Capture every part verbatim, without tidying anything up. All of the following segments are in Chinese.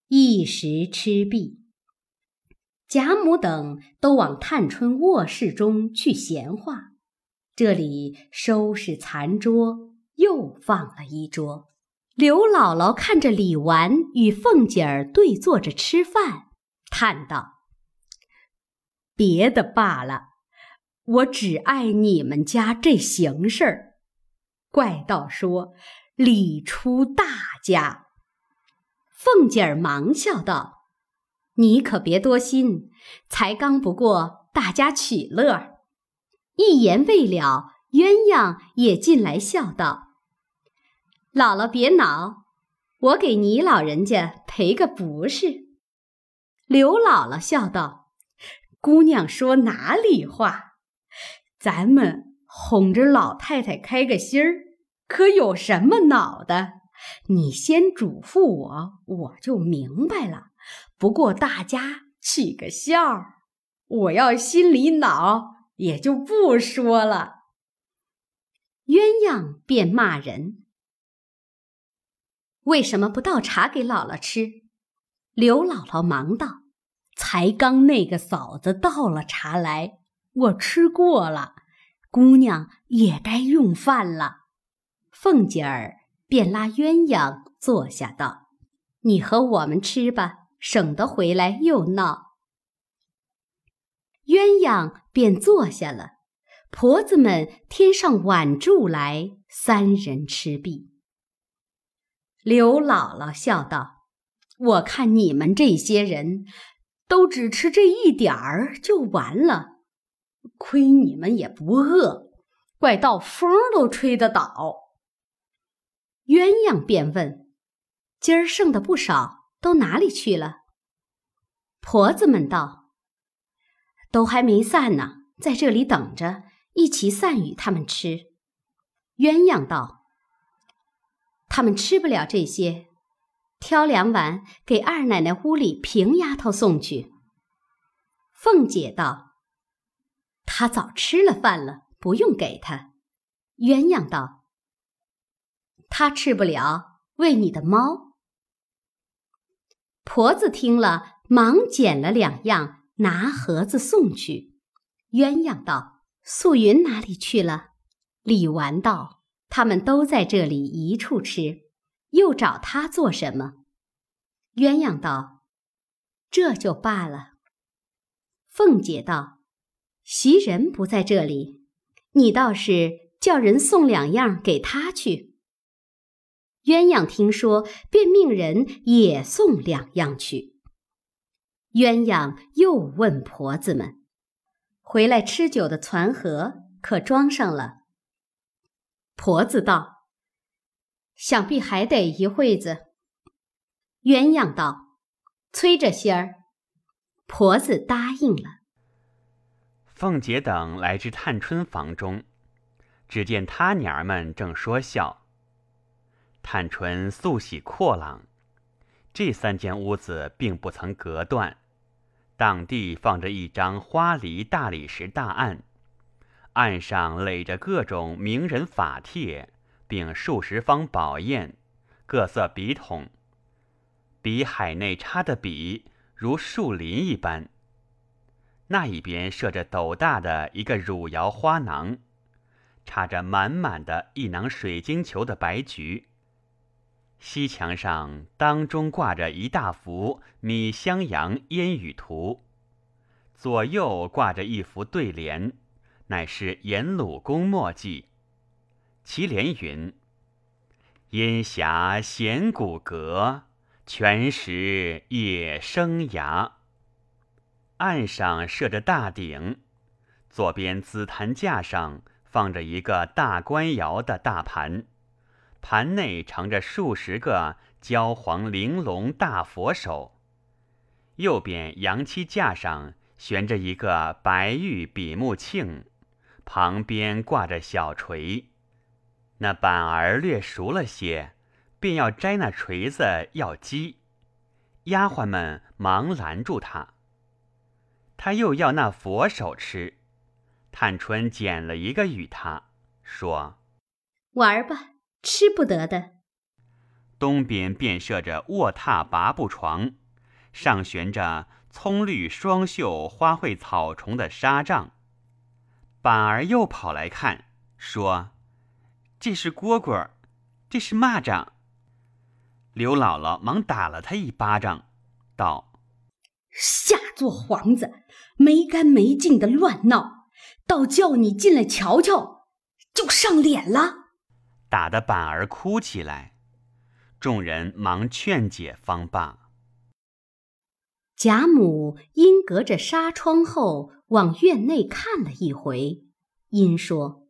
一时吃毕。贾母等都往探春卧室中去闲话，这里收拾残桌，又放了一桌。刘姥姥看着李纨与凤姐儿对坐着吃饭，叹道：别的罢了，我只爱你们家这形事儿。怪道说理出大家。凤姐儿忙笑道：你可别多心，才刚不过大家取乐。一言未了，鸳鸯也进来笑道：姥姥别恼，我给你老人家赔个不是。刘姥姥笑道：姑娘说哪里话，咱们哄着老太太开个心儿，可有什么恼的？你先嘱咐我，我就明白了。不过大家取个笑，我要心里恼，也就不说了。鸳鸯便骂人：为什么不倒茶给姥姥吃？刘姥姥忙道：才刚那个嫂子倒了茶来，我吃过了，姑娘也该用饭了。凤姐儿便拉鸳鸯坐下道：你和我们吃吧，省得回来又闹。鸳鸯便坐下了，婆子们添上碗箸来，三人吃毕。刘姥姥笑道：我看你们这些人都只吃这一点儿就完了，亏你们也不饿，怪到风都吹得倒。鸳鸯便问：今儿剩的不少，都哪里去了？婆子们道：都还没散呢，在这里等着，一起散与他们吃。鸳鸯道：他们吃不了这些，挑两碗给二奶奶屋里平丫头送去。凤姐道：她早吃了饭了，不用给她。鸳鸯道：她吃不了，喂你的猫。婆子听了，忙捡了两样，拿盒子送去。鸳鸯道：素云哪里去了？李纨道：他们都在这里一处吃，又找他做什么？鸳鸯道：这就罢了。凤姐道：袭人不在这里，你倒是叫人送两样给他去。鸳鸯听说，便命人也送两样去。鸳鸯又问婆子们：回来吃酒的攒盒可装上了？婆子道：想必还得一会子。鸳鸯道：催着些儿。婆子答应了。 凤姐等来至探春房中，只见他娘儿们正说笑。探春素喜阔朗，这三间屋子并不曾隔断，当地放着一张花梨大理石大案，案上垒着各种名人法帖，并数十方宝砚，各色笔筒，笔海内插的笔如树林一般。那一边设着斗大的一个汝窑花囊，插着满满的一囊水晶球的白菊。西墙上当中挂着一大幅米襄阳烟雨图，左右挂着一幅对联，乃是颜鲁公墨迹。其联云：烟霞显骨骼，泉石也生涯。案上设着大鼎，左边紫檀架上放着一个大官窑的大盘，盘内盛着数十个焦黄玲珑大佛手，右边阳漆架上悬着一个白玉比目磬，旁边挂着小锤。那板儿略熟了些，便要摘那锤子要击，丫鬟们忙拦住他。他又要那佛手吃，探春捡了一个与他，说： 玩吧，吃不得的。 东边便设着卧榻拔步床，上悬着葱绿双绣花卉草虫的纱帐。板儿又跑来看，说：“这是蝈蝈，这是蚂蚱。”刘姥姥忙打了他一巴掌，道：“ 下作皇子，没干没净的乱闹，倒叫你进来瞧瞧，就上脸了。” 打得板儿哭起来，众人忙劝解方罢。 贾母因隔着纱窗后往院内看了一回，因说：“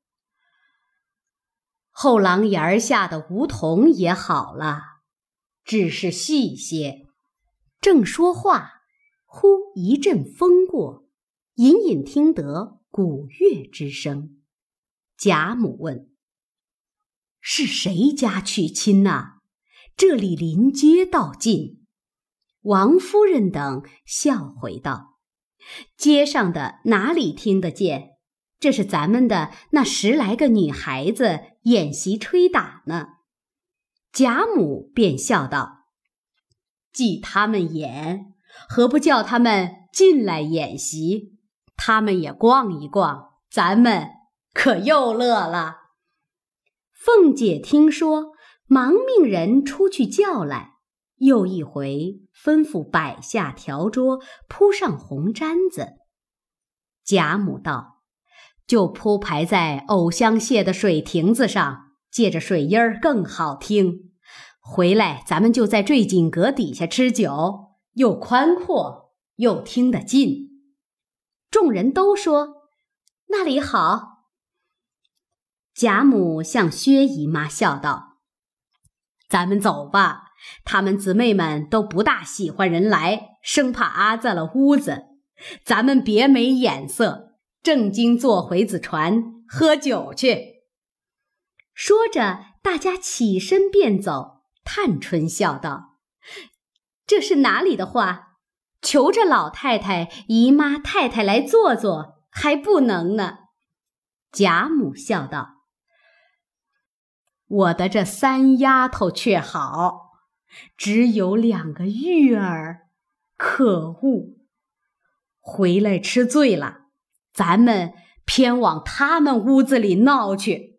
后廊檐下的梧桐也好了，只是细些。”正说话，忽一阵风过，隐隐听得鼓乐之声。贾母问：“是谁家娶亲呐？这里临街道近。”王夫人等笑回道：“街上的哪里听得见？这是咱们的那十来个女孩子演习吹打呢。”贾母便笑道：“既他们演，何不叫他们进来演习？他们也逛一逛，咱们可又乐了。”凤姐听说，忙命人出去叫来，又一回吩咐摆下条桌，铺上红毡子。贾母道：“就铺排在藕香榭的水亭子上，借着水音儿更好听。回来咱们就在坠锦阁底下吃酒，又宽阔又听得近。”众人都说：“那里好。”贾母向薛姨妈笑道：“咱们走吧，她们姊妹们都不大喜欢人来，生怕阿杂了屋子。咱们别没眼色，正经坐回子船喝酒去。”说着，大家起身便走。探春笑道：“这是哪里的话？求着老太太、姨妈、太太来坐坐，还不能呢。”贾母笑道：“我的这三丫头却好，只有两个玉儿，可恶！回来吃醉了，咱们偏往他们屋子里闹去。”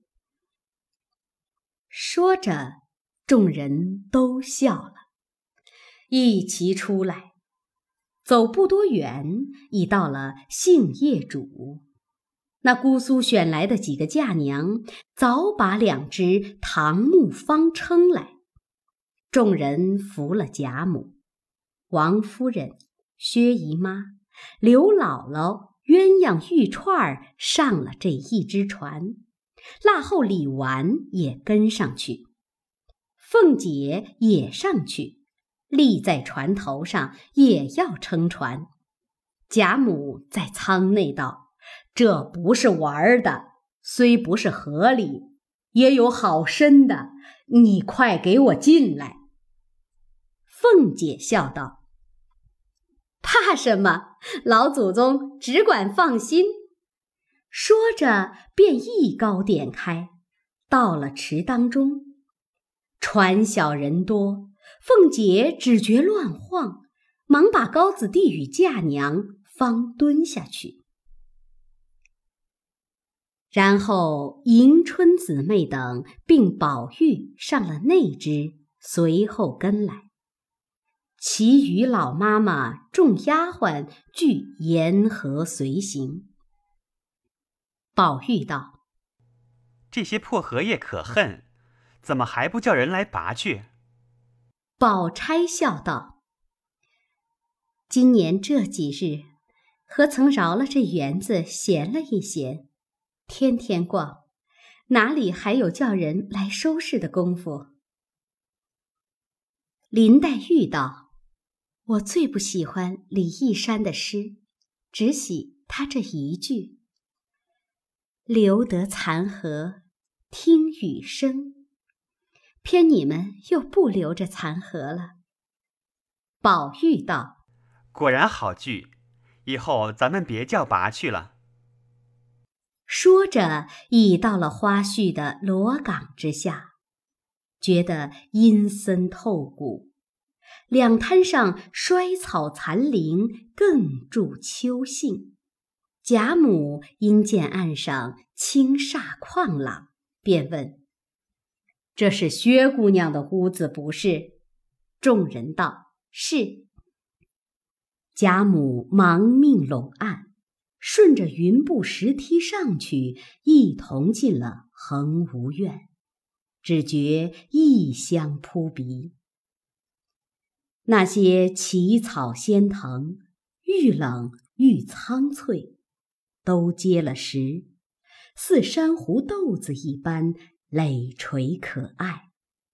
说着，众人都笑了，一齐出来，走不多远，已到了杏叶渚。那姑苏选来的几个嫁娘，早把两只唐木方撑来。众人扶了贾母，王夫人、薛姨妈、刘姥姥鸳鸯玉串上了这一只船，腊后李纨也跟上去，凤姐也上去，立在船头上，也要撑船。贾母在舱内道：“这不是玩的，虽不是河里，也有好深的，你快给我进来。”凤姐笑道：“怕什么？老祖宗只管放心。”说着便一篙点开，到了池当中。船小人多，凤姐只觉乱晃，忙把篙子递与嫁娘，方蹲下去。然后迎春姊妹等并宝玉上了那只，随后跟来。其余老妈妈众丫鬟俱沿河随行。宝玉道：“ 这些破荷叶可恨，怎么还不叫人来拔去？” 宝钗笑道：“今年这几日，何曾饶了这园子闲了一闲，天天逛，哪里还有叫人来收拾的功夫？”林黛玉道：“我最不喜欢李义山的诗，只喜他这一句：留得残荷，听雨声。偏你们又不留着残荷了。”宝玉道：“ 果然好句，以后咱们别叫拔去了。” 说着已到了花絮的罗岗之下。 觉得阴森透骨。两滩上衰草残林，更助秋兴。贾母因见岸上清煞旷朗，便问：“这是薛姑娘的屋子不是？”众人道：“是。”贾母忙命拢岸，顺着云步石梯上去，一同进了恒芜院，只觉异香扑鼻。那些奇草仙藤，愈冷愈苍翠，都结了实，似珊瑚豆子一般累垂可爱。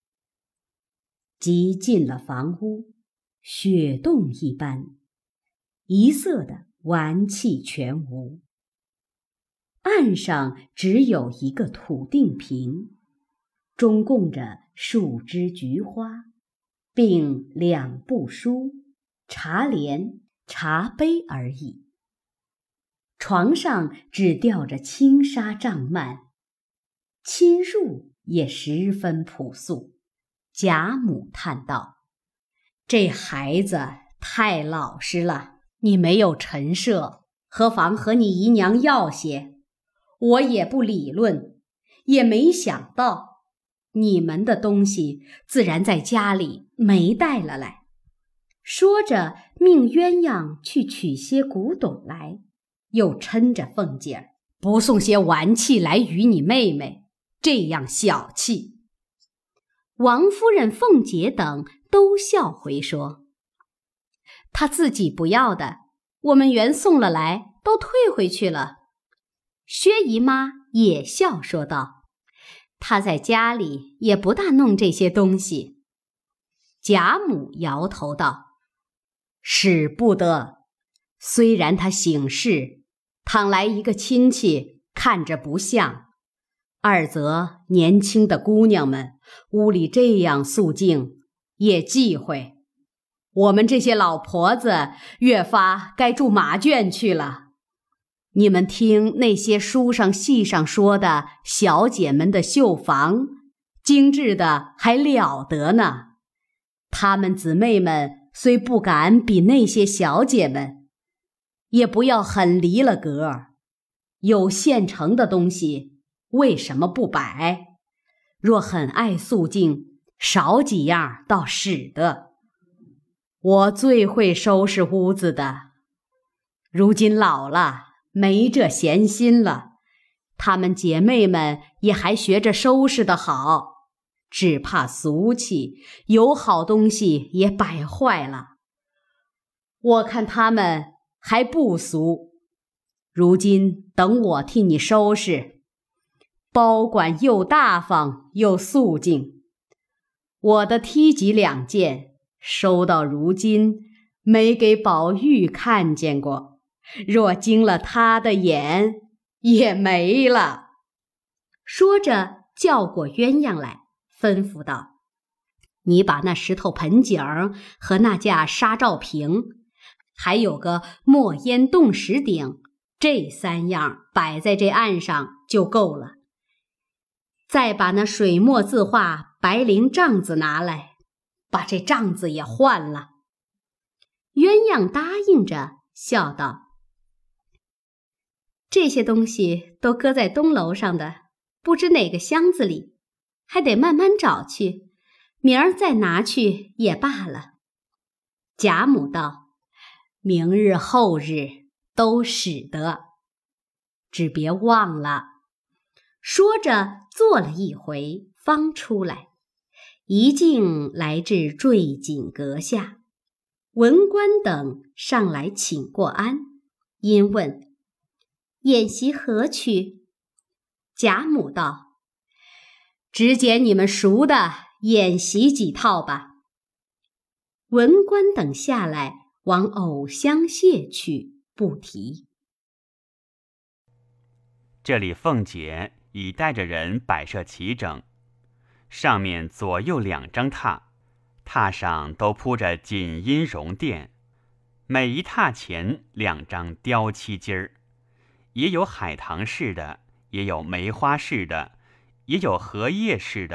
即进了房屋，雪洞一般，一色的玩器全无。岸上只有一个土定瓶，中供着数枝菊花，并两部书、茶帘、茶杯而已。床上只吊着轻纱帐幔，侵入也十分朴素。贾母叹道：“这孩子太老实了，你没有陈设，何妨和你姨娘要些？我也不理论，也没想到你们的东西自然在家里没带了来。”说着命鸳鸯去取些古董来，又嗔着凤姐儿不送些玩器来与你妹妹，这样小气。王夫人、凤姐等都笑回说：“她自己不要的，我们原送了来，都退回去了。”薛姨妈也笑说道：“她在家里也不大弄这些东西。”贾母摇头道：“使不得，虽然她省事，倘来一个亲戚看着不像，二则年轻的姑娘们屋里这样肃静，也忌讳。我们这些老婆子越发该住马圈去了。你们听那些书上戏上说的小姐们的绣房，精致的还了得呢。她们姊妹们虽不敢比那些小姐们，也不要很离了格。有现成的东西，为什么不摆？若很爱肃静，少几样倒使得。我最会收拾屋子的，如今老了，没这闲心了。她们姐妹们也还学着收拾得好，只怕俗气，有好东西也摆坏了。我看她们还不俗，如今等我替你收拾，包管又大方又肃静。我的梯级两件收到如今，没给宝玉看见过，若惊了他的眼，也没了。说着叫过鸳鸯来，吩咐道：“你把那石头盆景和那架纱罩瓶，还有个墨烟冻石鼎，这三样摆在这岸上就够了。再把那水墨字画白绫帐子拿来，把这帐子也换了。”鸳鸯答应着，笑道：“这些东西都搁在东楼上的，不知哪个箱子里，还得慢慢找去，明儿再拿去也罢了。”贾母道：“明日后日都使得，只别忘了。”说着坐了一回，方出来，一径来至坠锦阁下。文官等上来请过安，因问：“宴席何去？”贾母道：“只拣你们熟的宴席几套吧。”文官等下来往藕香榭去，不提。 这里凤姐已带着人摆设齐整，上面左右两张榻，榻上都铺着锦阴绒垫，每一榻前两张雕漆巾儿，也有海棠式的，也有梅花式的，也有荷叶式的，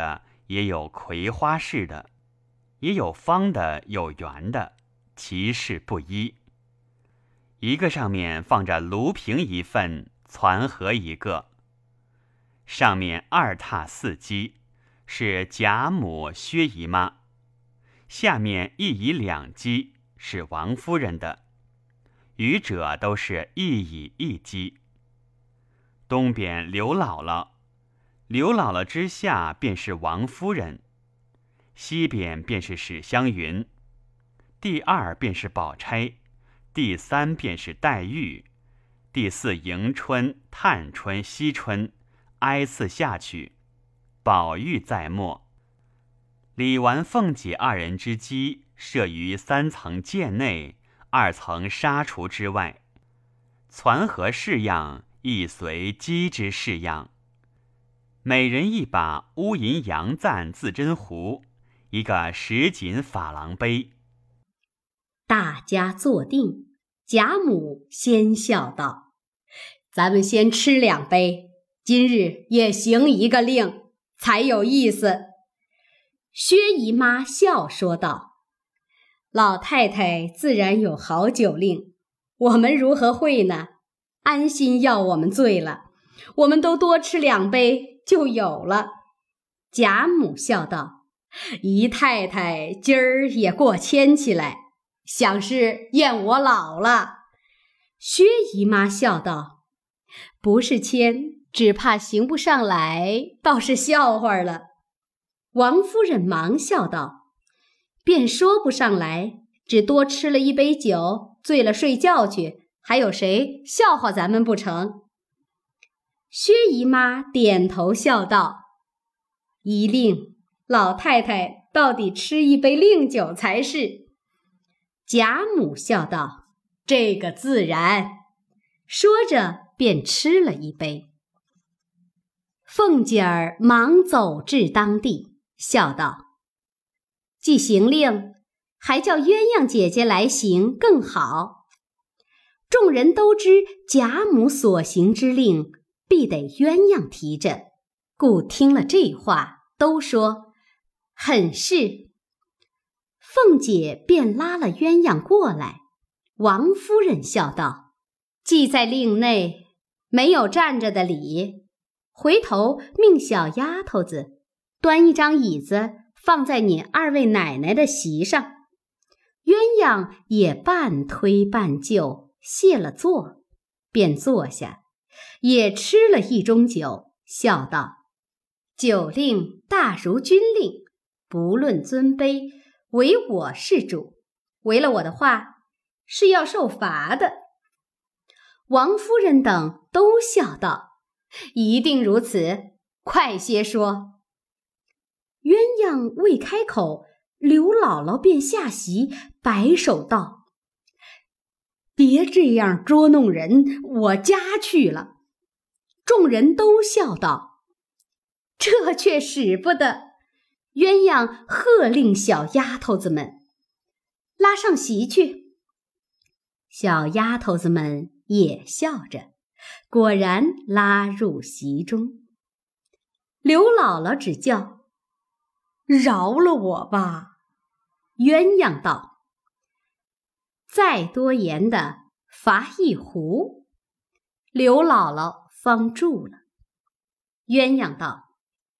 也有葵花式的，也有方的，有圆的，其式不一。一个上面放着炉瓶一份，攒盒一个，上面二榻四鸡，是贾母、薛姨妈；下面一椅两鸡，是王夫人的；余者都是一椅一鸡。东边刘姥姥，刘姥姥之下便是王夫人，西边便是史湘云，第二便是宝钗，第三便是黛玉，第四迎春、探春、惜春，挨次下去，宝玉在末。李纨、凤姐二人之机设于三层间内，二层纱橱之外，攒盒式样亦随鸡之式样。每人一把乌银洋赞自珍壶，一个什锦珐琅杯。 大家坐定，贾母先笑道：“咱们先吃两杯，今日也行一个令，才有意思。”薛姨妈笑说道：“老太太自然有好酒令，我们如何会呢？安心要我们醉了，我们都多吃两杯就有了。”贾母笑道：“姨太太今儿也过谦起来，想是厌我老了。”薛姨妈笑道：“不是谦，只怕行不上来，倒是笑话了。”王夫人忙笑道：“便说不上来，只多吃了一杯酒，醉了睡觉去，还有谁笑话咱们不成？”薛姨妈点头笑道：“一令，老太太到底吃一杯令酒才是。”贾母笑道：“这个自然。”说着便吃了一杯。凤姐儿忙走至当地，笑道：“既行令，还叫鸳鸯姐姐来行更好。”众人都知贾母所行之令，必得鸳鸯提着，故听了这话，都说：“很是。”凤姐便拉了鸳鸯过来。王夫人笑道：“既在令内，没有站着的理，回头命小丫头子端一张椅子放在你二位奶奶的席上。”鸳鸯也半推半就，谢了座，便坐下，也吃了一盅酒，笑道：“酒令大如军令，不论尊卑，唯我是主，违了我的话，是要受罚的。”王夫人等都笑道：“一定如此，快些说。”鸳鸯未开口，刘姥姥便下席，摆手道：“别这样捉弄人，我家去了。”众人都笑道：“这却使不得。”鸳鸯喝令小丫头子们拉上席去。小丫头子们也笑着，果然拉入席中。刘姥姥只叫：“饶了我吧。”鸳鸯道：“再多言的罚一壶。”刘姥姥方住了。鸳鸯道：“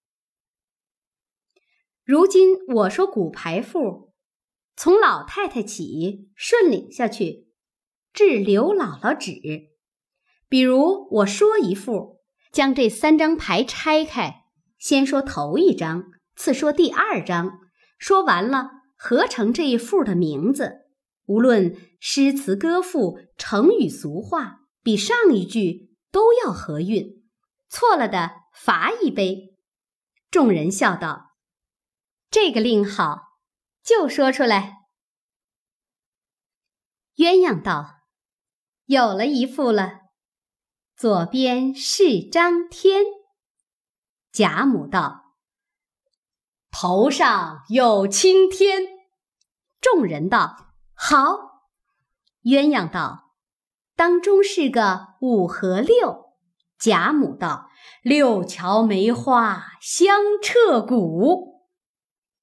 如今我说骨牌赋，从老太太起顺领下去，至刘姥姥止。比如我说一副，将这三张牌拆开，先说头一张，次说第二张，说完了合成这一副的名字，无论诗词歌赋、成语俗话，比上一句都要合韵，错了的罚一杯。”众人笑道：“这个令好，就说出来。”鸳鸯道：“有了一副了，左边是张天。”贾母道：“头上有青天。”众人道：“好。”鸳鸯道：“当中是个五和六。”贾母道：“六桥梅花香彻骨。”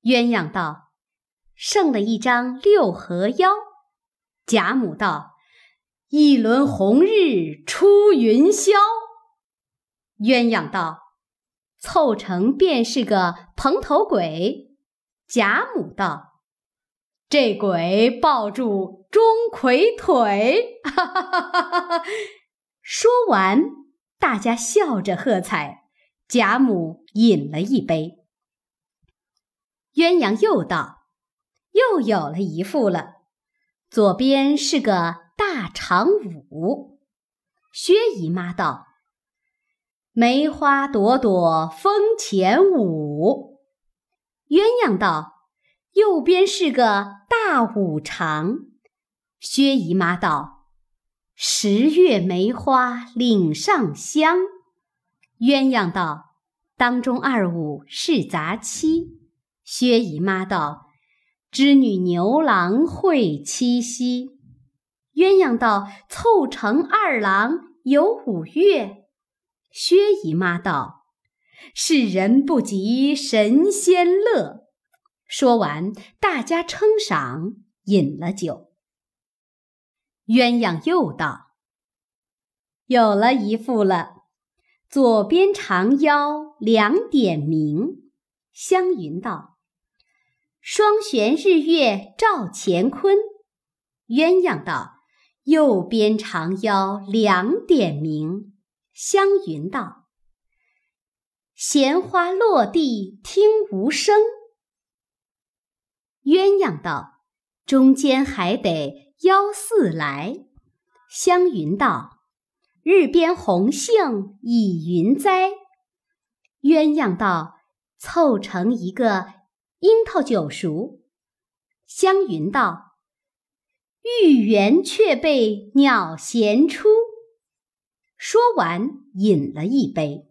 鸳鸯道：剩了一张六合腰。贾母道：一轮红日出云霄。鸳鸯道：凑成便是个蓬头鬼。贾母道：这鬼抱住钟馗腿。哈哈哈哈哈！说完，大家笑着喝彩。贾母饮了一杯。鸳鸯又道：又有了一副了，左边是个大长舞。薛姨妈道：梅花朵朵风前舞。鸳鸯道：右边是个大五常。薛姨妈道：十月梅花岭上香。鸳鸯道：当中二五是杂七。薛姨妈道：织女牛郎会七夕。鸳鸯道：凑成二郎有五岳。薛姨妈道：是人不及神仙乐。说完，大家称赏，饮了酒。鸳鸯又道：有了一副了，左边长腰两点明。湘云道：双悬日月照乾坤。鸳鸯道：右边长腰两点明。湘云道：闲花落地听无声。鸳鸯道：中间还得腰四来。湘云道：日边红杏倚云栽。鸳鸯道：凑成一个樱桃九熟。湘云道：玉圆却被鸟衔出。说完，饮了一杯。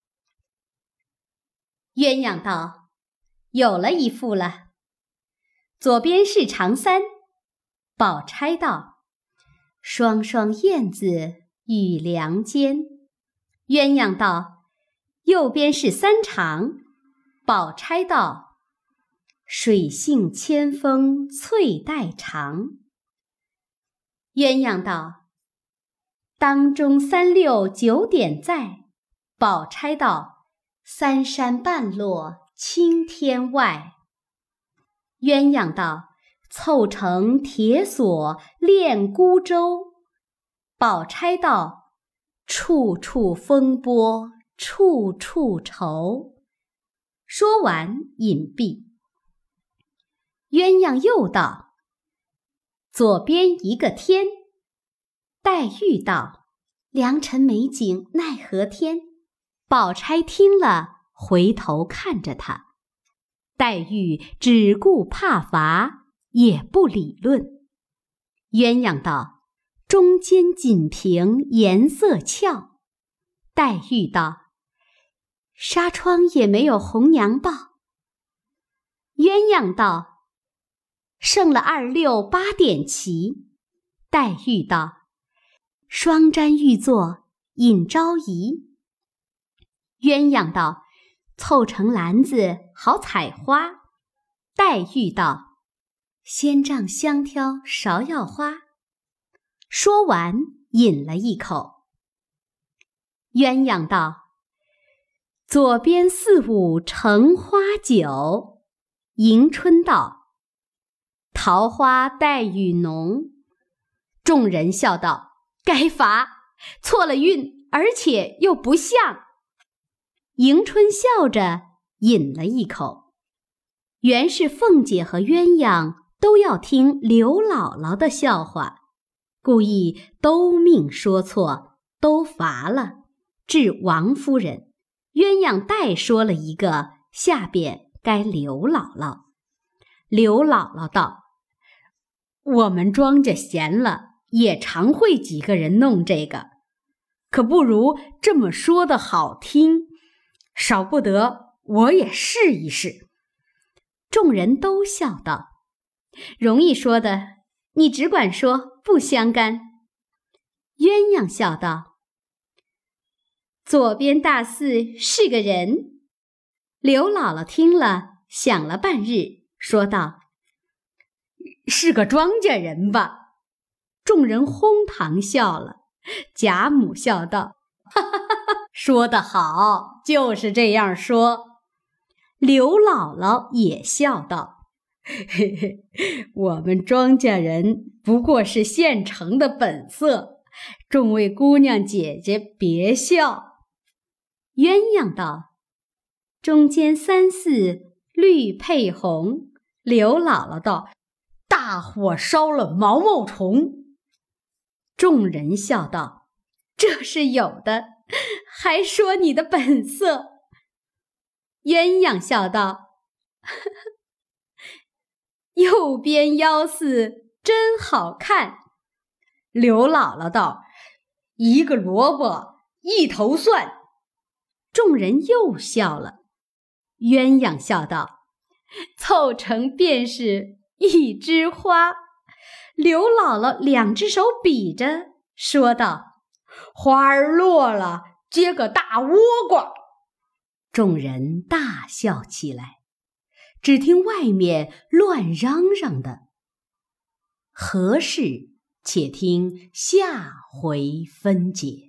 鸳鸯道：有了一副了，左边是长三。宝钗道：双双燕子与梁间。鸳鸯道：右边是三长。宝钗道：水性千峰翠带长。鸳鸯道：当中三六九点在。宝钗道：三山半落青天外。鸳鸯道：凑成铁锁链孤舟。宝钗道：处处风波处处愁。说完，饮毕。鸳鸯又道：左边一个天。黛玉道：良辰美景奈何天。宝钗听了，回头看着他。黛玉只顾怕罚，也不理论。鸳鸯道：中间锦屏颜色俏。黛玉道：纱窗也没有红娘报。鸳鸯道：剩了二六八点齐。黛玉道：双簪玉座引朝仪。鸳鸯道：凑成篮子好采花。黛玉道：仙杖香挑芍药花。说完，饮了一口。鸳鸯道：左边四五橙花酒。迎春道：桃花带雨浓。众人笑道：该罚，错了韵，而且又不像。迎春笑着饮了一口。原是凤姐和鸳鸯都要听刘姥姥的笑话，故意都命说错，都罚了，至王夫人。鸳鸯代说了一个，下边该刘姥姥。刘姥姥道：我们庄稼闲了，也常会几个人弄这个，可不如这么说的好听，少不得我也试一试。众人都笑道：容易说的，你只管说，不相干。鸳鸯笑道：左边大四是个人。刘姥姥听了， 想了半日，说道：“是个庄稼人吧？”众人哄堂笑了。贾母笑道：“哈哈哈哈，说得好，就是这样说。”刘姥姥也笑道：“嘿嘿，我们庄稼人不过是现成的本色，众位姑娘姐姐别笑。”鸳鸯道：“中间三四绿配红。”刘姥姥道：“大火烧了毛毛虫。”众人笑道：“这是有的，还说你的本色。”鸳鸯笑道：“呵呵，右边腰四真好看。”刘姥姥道：“一个萝卜一头蒜。”众人又笑了。鸳鸯笑道：“凑成便是一枝花。”刘姥姥两只手比着，说道：“花儿落了，结个大倭瓜。”众人大笑起来。只听外面乱嚷嚷的。何事？且听下回分解。